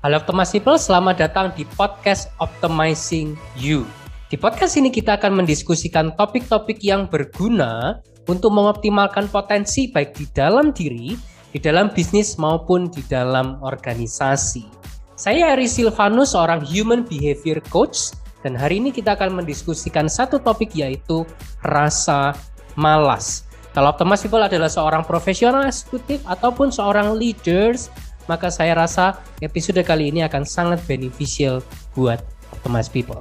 Halo Optimus People, selamat datang di podcast Optimizing You. Di podcast ini kita akan mendiskusikan topik-topik yang berguna untuk mengoptimalkan potensi baik di dalam diri, di dalam bisnis maupun di dalam organisasi. Saya Eri Silvanus, seorang Human Behavior Coach, dan hari ini kita akan mendiskusikan satu topik yaitu rasa malas. Kalau Optimus People adalah seorang profesional eksekutif ataupun seorang leaders, maka saya rasa episode kali ini akan sangat beneficial buat Optimus People.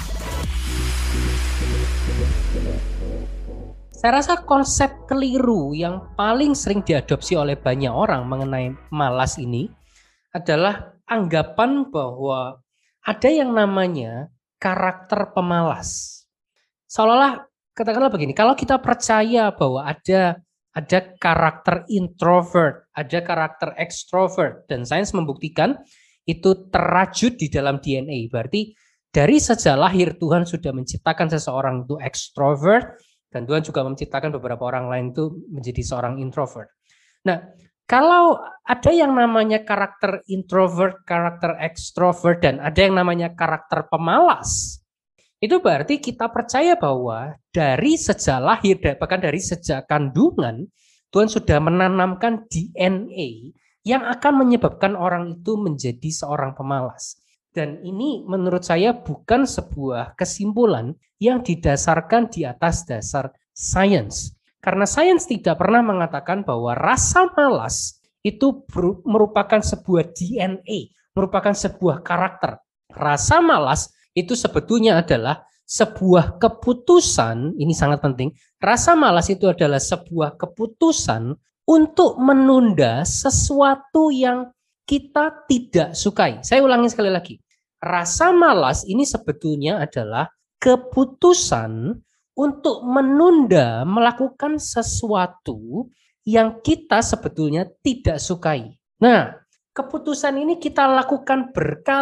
Saya rasa konsep keliru yang paling sering diadopsi oleh banyak orang mengenai malas ini adalah anggapan bahwa ada yang namanya karakter pemalas. Seolah-olah katakanlah begini, kalau kita percaya bahwa ada karakter introvert, ada karakter extrovert, dan sains membuktikan itu terajut di dalam DNA. Berarti dari sejak lahir Tuhan sudah menciptakan seseorang itu extrovert, dan Tuhan juga menciptakan beberapa orang lain itu menjadi seorang introvert. Nah, kalau ada yang namanya karakter introvert, karakter extrovert, dan ada yang namanya karakter pemalas, itu berarti kita percaya bahwa dari sejak lahir, bahkan dari sejak kandungan, Tuhan sudah menanamkan DNA yang akan menyebabkan orang itu menjadi seorang pemalas. Dan ini menurut saya bukan sebuah kesimpulan yang didasarkan di atas dasar sains. Karena sains tidak pernah mengatakan bahwa rasa malas itu merupakan sebuah DNA, merupakan sebuah karakter. Rasa malas itu sebetulnya adalah sebuah keputusan, ini sangat penting. Rasa malas itu adalah sebuah keputusan untuk menunda sesuatu yang kita tidak sukai. Saya ulangi sekali lagi. Rasa malas ini sebetulnya adalah keputusan untuk menunda melakukan sesuatu yang kita sebetulnya tidak sukai. Nah, keputusan ini kita lakukan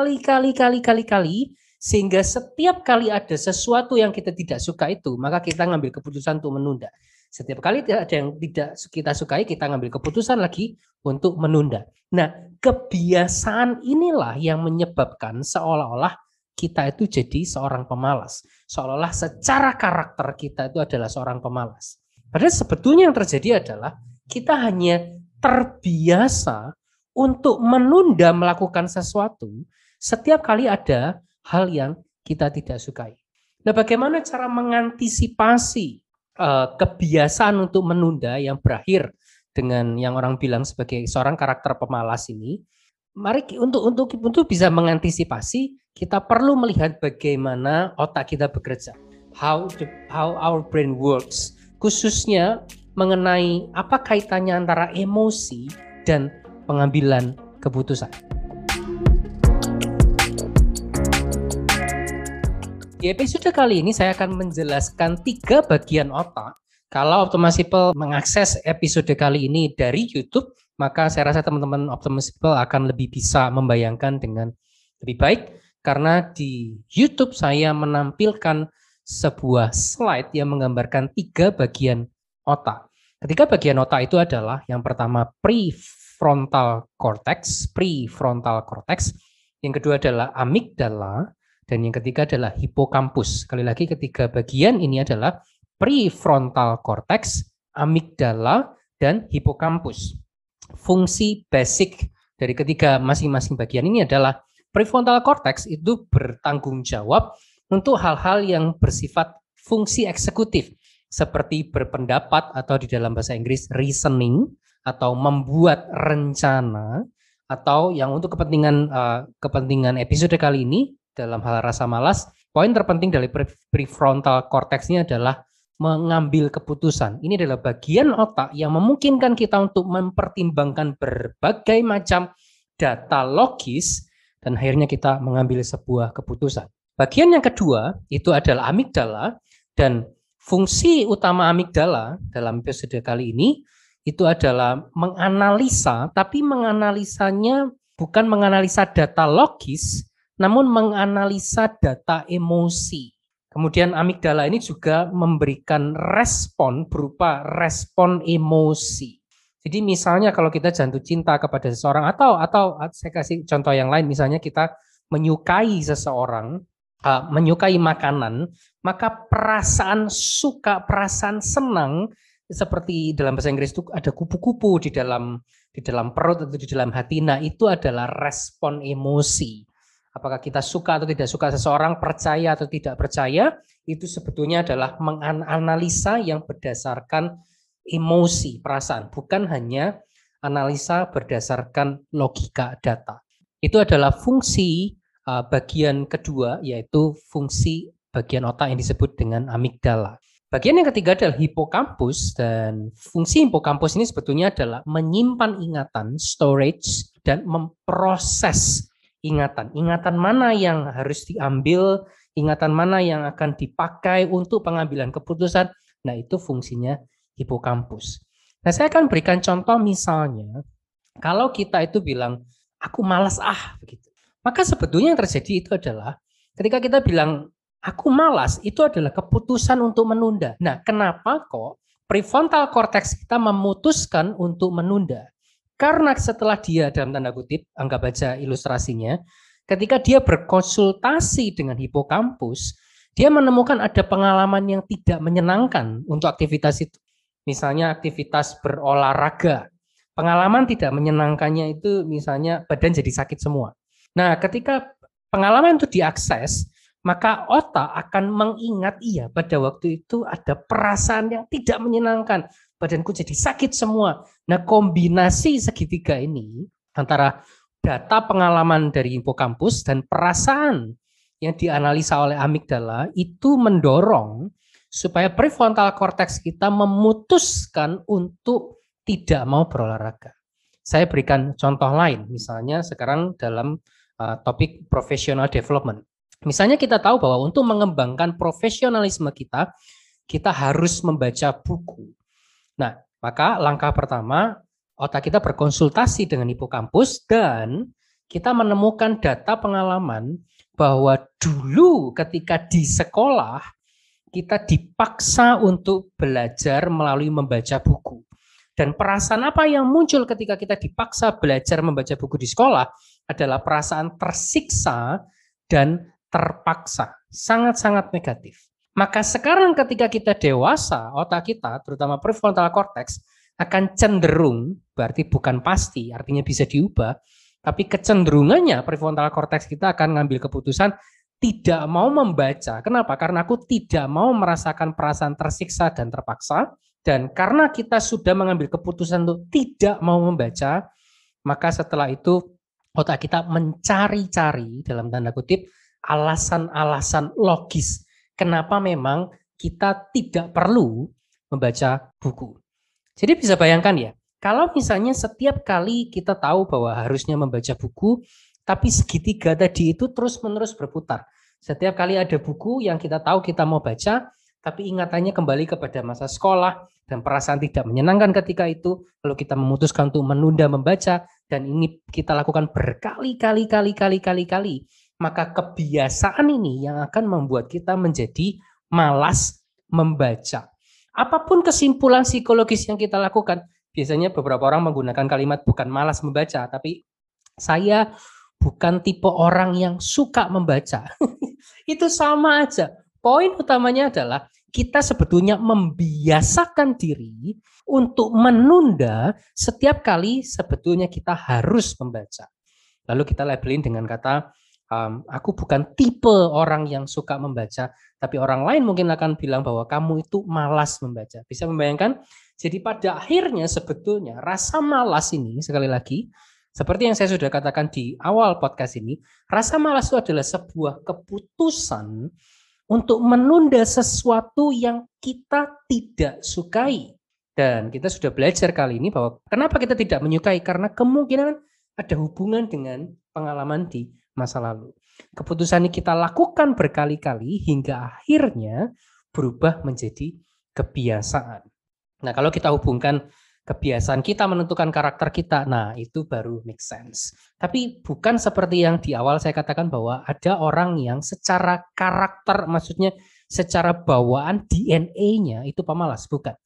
berkali-kali sehingga setiap kali ada sesuatu yang kita tidak suka itu, maka kita ngambil keputusan untuk menunda. Setiap kali ada yang tidak kita sukai, kita ngambil keputusan lagi untuk menunda. Nah, kebiasaan inilah yang menyebabkan seolah-olah kita itu jadi seorang pemalas. Seolah-olah secara karakter kita itu adalah seorang pemalas. Padahal sebetulnya yang terjadi adalah kita hanya terbiasa untuk menunda melakukan sesuatu setiap kali ada hal yang kita tidak sukai. Nah, bagaimana cara mengantisipasi kebiasaan untuk menunda yang berakhir dengan yang orang bilang sebagai seorang karakter pemalas ini? Mari untuk bisa mengantisipasi, kita perlu melihat bagaimana otak kita bekerja, how our brain works, khususnya mengenai apa kaitannya antara emosi dan pengambilan keputusan. Di episode kali ini saya akan menjelaskan 3 bagian otak. Kalau Optimus People mengakses episode kali ini dari YouTube, maka saya rasa teman-teman Optimus People akan lebih bisa membayangkan dengan lebih baik. Karena di YouTube saya menampilkan sebuah slide yang menggambarkan 3 bagian otak. Ketiga bagian otak itu adalah yang pertama prefrontal cortex, yang kedua adalah amigdala, dan yang ketiga adalah hipokampus. Sekali lagi ketiga bagian ini adalah prefrontal cortex, amigdala, dan hipokampus. Fungsi basic dari ketiga masing-masing bagian ini adalah prefrontal cortex itu bertanggung jawab untuk hal-hal yang bersifat fungsi eksekutif seperti berpendapat atau di dalam bahasa Inggris reasoning atau membuat rencana, atau yang untuk kepentingan episode kali ini dalam hal rasa malas, poin terpenting dari prefrontal cortex ini adalah mengambil keputusan. Ini adalah bagian otak yang memungkinkan kita untuk mempertimbangkan berbagai macam data logis dan akhirnya kita mengambil sebuah keputusan. Bagian yang kedua itu adalah amigdala, dan fungsi utama amigdala dalam episode kali ini itu adalah menganalisa, tapi menganalisanya bukan menganalisa data logis, namun menganalisa data emosi. Kemudian amigdala ini juga memberikan respon berupa respon emosi. Jadi misalnya kalau kita jatuh cinta kepada seseorang atau saya kasih contoh yang lain, misalnya kita menyukai seseorang, menyukai makanan, maka perasaan suka, perasaan senang seperti dalam bahasa Inggris itu ada kupu-kupu di dalam perut atau di dalam hati. Nah, itu adalah respon emosi. Apakah kita suka atau tidak suka seseorang, percaya atau tidak percaya, itu sebetulnya adalah menganalisa yang berdasarkan emosi, perasaan, bukan hanya analisa berdasarkan logika data. Itu adalah fungsi bagian kedua, yaitu fungsi bagian otak yang disebut dengan amigdala. Bagian yang ketiga adalah hipokampus, dan fungsi hipokampus ini sebetulnya adalah menyimpan ingatan, storage, dan memproses ingatan. Ingatan mana yang harus diambil, ingatan mana yang akan dipakai untuk pengambilan keputusan. Nah, itu fungsinya hipokampus. Nah, saya akan berikan contoh misalnya, kalau kita itu bilang, aku malas begitu. Maka sebetulnya yang terjadi itu adalah, ketika kita bilang, aku malas, itu adalah keputusan untuk menunda. Nah, kenapa kok prefrontal cortex kita memutuskan untuk menunda? Karena setelah dia, dalam tanda kutip, anggap aja ilustrasinya, ketika dia berkonsultasi dengan hipokampus, dia menemukan ada pengalaman yang tidak menyenangkan untuk aktivitas itu. Misalnya aktivitas berolahraga. Pengalaman tidak menyenangkannya itu misalnya badan jadi sakit semua. Nah, ketika pengalaman itu diakses, maka otak akan mengingat, iya pada waktu itu ada perasaan yang tidak menyenangkan, badanku jadi sakit semua. Nah, kombinasi segitiga ini antara data pengalaman dari hipokampus dan perasaan yang dianalisa oleh amigdala itu mendorong supaya prefrontal cortex kita memutuskan untuk tidak mau berolahraga. Saya berikan contoh lain, misalnya sekarang dalam topik professional development. Misalnya kita tahu bahwa untuk mengembangkan profesionalisme kita, kita harus membaca buku. Nah, maka langkah pertama, otak kita berkonsultasi dengan hipokampus dan kita menemukan data pengalaman bahwa dulu ketika di sekolah, kita dipaksa untuk belajar melalui membaca buku. Dan perasaan apa yang muncul ketika kita dipaksa belajar membaca buku di sekolah adalah perasaan tersiksa dan terpaksa. Sangat-sangat negatif. Maka sekarang ketika kita dewasa, otak kita, terutama prefrontal cortex, akan cenderung, berarti bukan pasti, artinya bisa diubah, tapi kecenderungannya prefrontal cortex kita akan ngambil keputusan tidak mau membaca. Kenapa? Karena aku tidak mau merasakan perasaan tersiksa dan terpaksa. Dan karena kita sudah mengambil keputusan untuk tidak mau membaca, maka setelah itu otak kita mencari-cari, dalam tanda kutip, alasan-alasan logis kenapa memang kita tidak perlu membaca buku. Jadi bisa bayangkan ya, kalau misalnya setiap kali kita tahu bahwa harusnya membaca buku, tapi segitiga tadi itu terus-menerus berputar. Setiap kali ada buku yang kita tahu kita mau baca, tapi ingatannya kembali kepada masa sekolah dan perasaan tidak menyenangkan ketika itu, lalu kita memutuskan untuk menunda membaca, dan ini kita lakukan berkali-kali, maka kebiasaan ini yang akan membuat kita menjadi malas membaca. Apapun kesimpulan psikologis yang kita lakukan, biasanya beberapa orang menggunakan kalimat bukan malas membaca, tapi saya bukan tipe orang yang suka membaca. Itu sama aja. Poin utamanya adalah kita sebetulnya membiasakan diri untuk menunda setiap kali sebetulnya kita harus membaca. Lalu kita labelin dengan kata, aku bukan tipe orang yang suka membaca, tapi orang lain mungkin akan bilang bahwa kamu itu malas membaca. Bisa membayangkan? Jadi pada akhirnya sebetulnya rasa malas ini, sekali lagi, seperti yang saya sudah katakan di awal podcast ini, rasa malas itu adalah sebuah keputusan untuk menunda sesuatu yang kita tidak sukai. Dan kita sudah belajar kali ini bahwa kenapa kita tidak menyukai, karena kemungkinan ada hubungan dengan pengalaman di masa lalu. Keputusan ini kita lakukan berkali-kali hingga akhirnya berubah menjadi kebiasaan. Nah, kalau kita hubungkan kebiasaan kita menentukan karakter kita, nah itu baru make sense. Tapi bukan seperti yang di awal saya katakan bahwa ada orang yang secara karakter, maksudnya secara bawaan DNA-nya itu pemalas, bukan.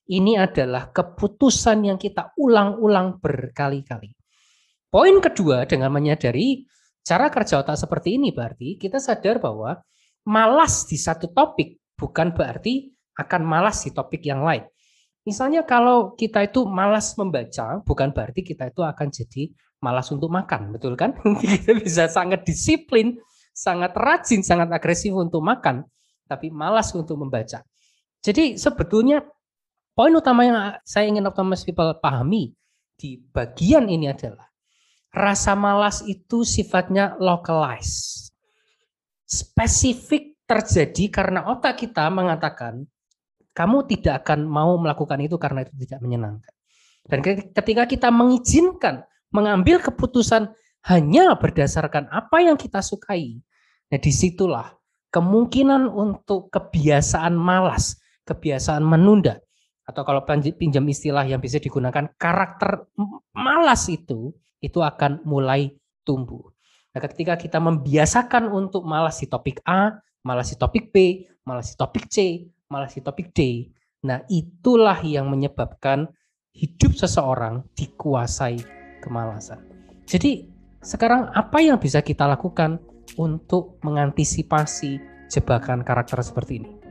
Ini adalah keputusan yang kita ulang-ulang berkali-kali. Poin kedua, dengan menyadari cara kerja otak seperti ini, berarti kita sadar bahwa malas di satu topik bukan berarti akan malas di topik yang lain. Misalnya kalau kita itu malas membaca, bukan berarti kita itu akan jadi malas untuk makan, betul kan? Kita bisa sangat disiplin, sangat rajin, sangat agresif untuk makan, tapi malas untuk membaca. Jadi sebetulnya poin utama yang saya ingin optimis people pahami di bagian ini adalah rasa malas itu sifatnya localized. Spesifik terjadi karena otak kita mengatakan kamu tidak akan mau melakukan itu karena itu tidak menyenangkan. Dan ketika kita mengizinkan mengambil keputusan hanya berdasarkan apa yang kita sukai, nah disitulah kemungkinan untuk kebiasaan malas, kebiasaan menunda, atau kalau pinjam istilah yang bisa digunakan, karakter malas itu akan mulai tumbuh. Nah, ketika kita membiasakan untuk malas di topik A, malas di topik B, malas di topik C, malas di topik D, nah itulah yang menyebabkan hidup seseorang dikuasai kemalasan. Jadi sekarang apa yang bisa kita lakukan untuk mengantisipasi jebakan karakter seperti ini?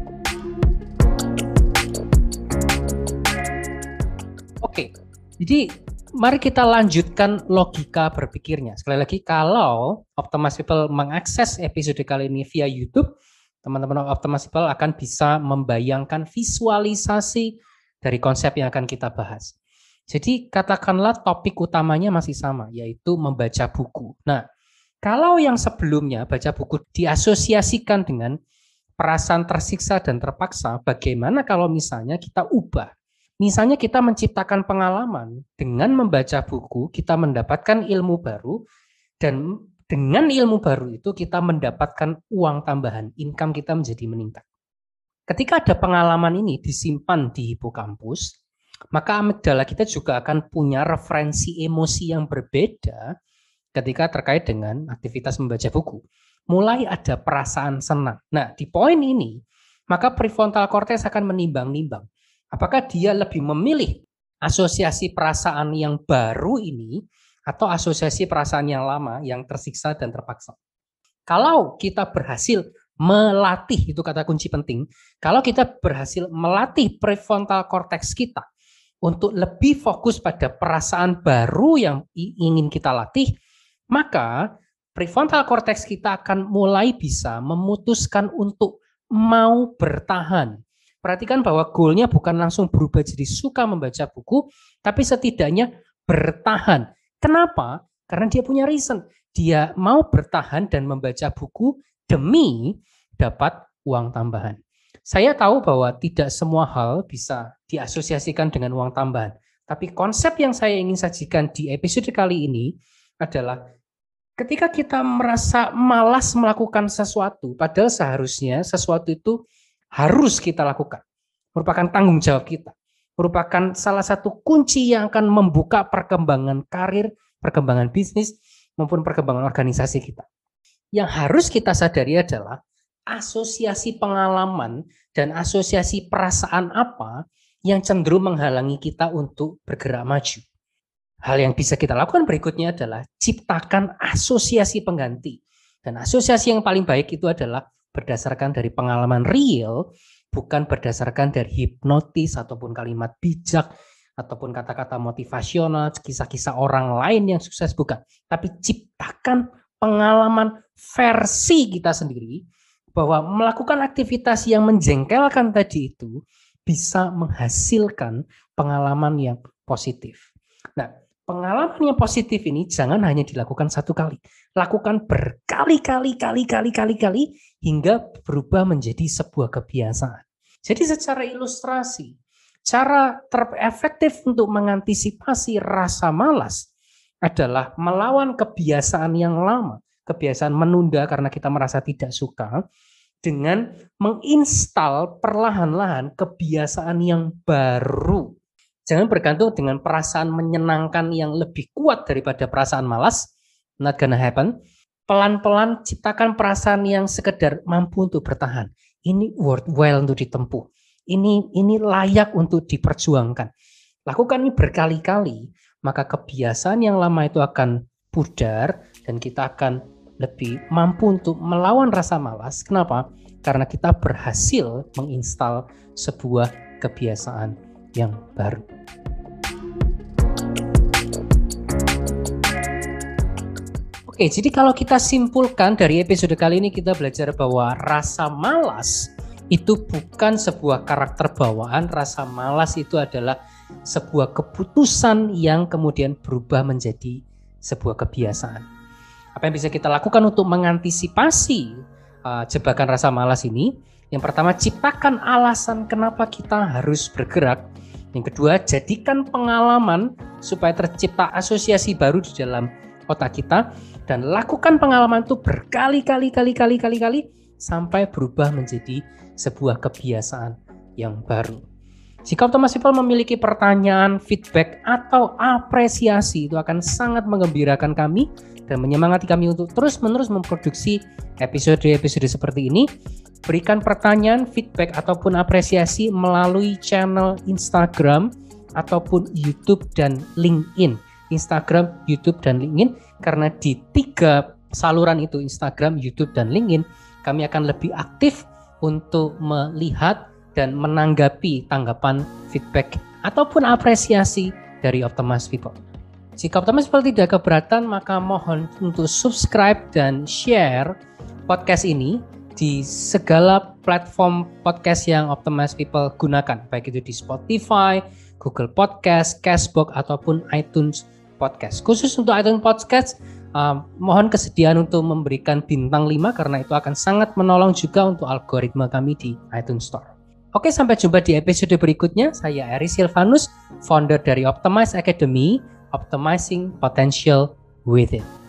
Oke, jadi mari kita lanjutkan logika berpikirnya. Sekali lagi, kalau Optimus People mengakses episode kali ini via YouTube, teman-teman Optimus People akan bisa membayangkan visualisasi dari konsep yang akan kita bahas. Jadi katakanlah topik utamanya masih sama, yaitu membaca buku. Nah, kalau yang sebelumnya baca buku diasosiasikan dengan perasaan tersiksa dan terpaksa, bagaimana kalau misalnya kita ubah? Misalnya kita menciptakan pengalaman dengan membaca buku, kita mendapatkan ilmu baru, dan dengan ilmu baru itu kita mendapatkan uang tambahan, income kita menjadi meningkat. Ketika ada pengalaman ini disimpan di hipokampus, maka amigdala kita juga akan punya referensi emosi yang berbeda ketika terkait dengan aktivitas membaca buku. Mulai ada perasaan senang. Nah, di poin ini, maka prefrontal cortex akan menimbang-nimbang. Apakah dia lebih memilih asosiasi perasaan yang baru ini atau asosiasi perasaan yang lama yang tersiksa dan terpaksa. Kalau kita berhasil melatih, itu kata kunci penting, kalau kita berhasil melatih prefrontal cortex kita untuk lebih fokus pada perasaan baru yang ingin kita latih, maka prefrontal cortex kita akan mulai bisa memutuskan untuk mau bertahan. Perhatikan bahwa goalnya bukan langsung berubah jadi suka membaca buku, tapi setidaknya bertahan. Kenapa? Karena dia punya reason. Dia mau bertahan dan membaca buku demi dapat uang tambahan. Saya tahu bahwa tidak semua hal bisa diasosiasikan dengan uang tambahan. Tapi konsep yang saya ingin sajikan di episode kali ini adalah ketika kita merasa malas melakukan sesuatu, padahal seharusnya sesuatu itu harus kita lakukan. Merupakan tanggung jawab kita. Merupakan salah satu kunci yang akan membuka perkembangan karir, perkembangan bisnis, maupun perkembangan organisasi kita. Yang harus kita sadari adalah asosiasi pengalaman dan asosiasi perasaan apa yang cenderung menghalangi kita untuk bergerak maju. Hal yang bisa kita lakukan berikutnya adalah ciptakan asosiasi pengganti. Dan asosiasi yang paling baik itu adalah berdasarkan dari pengalaman real, bukan berdasarkan dari hipnotis ataupun kalimat bijak ataupun kata-kata motivasional, kisah-kisah orang lain yang sukses, bukan. Tapi ciptakan pengalaman versi kita sendiri bahwa melakukan aktivitas yang menjengkelkan tadi itu bisa menghasilkan pengalaman yang positif. Nah, pengalaman yang positif ini jangan hanya dilakukan satu kali. Lakukan berkali-kali hingga berubah menjadi sebuah kebiasaan. Jadi secara ilustrasi, cara terefektif untuk mengantisipasi rasa malas adalah melawan kebiasaan yang lama, kebiasaan menunda karena kita merasa tidak suka, dengan menginstal perlahan-lahan kebiasaan yang baru. Jangan bergantung dengan perasaan menyenangkan yang lebih kuat daripada perasaan malas. Not gonna happen. Pelan-pelan ciptakan perasaan yang sekedar mampu untuk bertahan. Ini worthwhile untuk ditempuh. ini layak untuk diperjuangkan. Lakukan ini berkali-kali, maka kebiasaan yang lama itu akan pudar dan kita akan lebih mampu untuk melawan rasa malas. Kenapa? Karena kita berhasil menginstal sebuah kebiasaan yang baru. Oke, jadi kalau kita simpulkan dari episode kali ini, kita belajar bahwa rasa malas itu bukan sebuah karakter bawaan. Rasa malas itu adalah sebuah keputusan yang kemudian berubah menjadi sebuah kebiasaan. Apa yang bisa kita lakukan untuk mengantisipasi jebakan rasa malas ini? Yang pertama, ciptakan alasan kenapa kita harus bergerak. Yang kedua, jadikan pengalaman supaya tercipta asosiasi baru di dalam otak kita, dan lakukan pengalaman itu berkali-kali sampai berubah menjadi sebuah kebiasaan yang baru. Jika Optimus People memiliki pertanyaan, feedback, atau apresiasi, itu akan sangat menggembirakan kami dan menyemangati kami untuk terus-menerus memproduksi episode-episode seperti ini. Berikan pertanyaan, feedback, ataupun apresiasi melalui channel Instagram ataupun YouTube dan LinkedIn. Instagram, YouTube, dan LinkedIn, karena di 3 saluran itu, Instagram, YouTube, dan LinkedIn, kami akan lebih aktif untuk melihat dan menanggapi tanggapan, feedback, ataupun apresiasi dari Optimus People. Jika Optimus People tidak keberatan, maka mohon untuk subscribe dan share podcast ini di segala platform podcast yang Optimus People gunakan, baik itu di Spotify, Google Podcast, Castbox, ataupun iTunes Podcast. Khusus untuk iTunes Podcast, mohon kesediaan untuk memberikan bintang 5 karena itu akan sangat menolong juga untuk algoritma kami di iTunes Store. Oke, sampai jumpa di episode berikutnya. Saya Eri Silvanus, founder dari Optimize Academy, Optimizing Potential Within.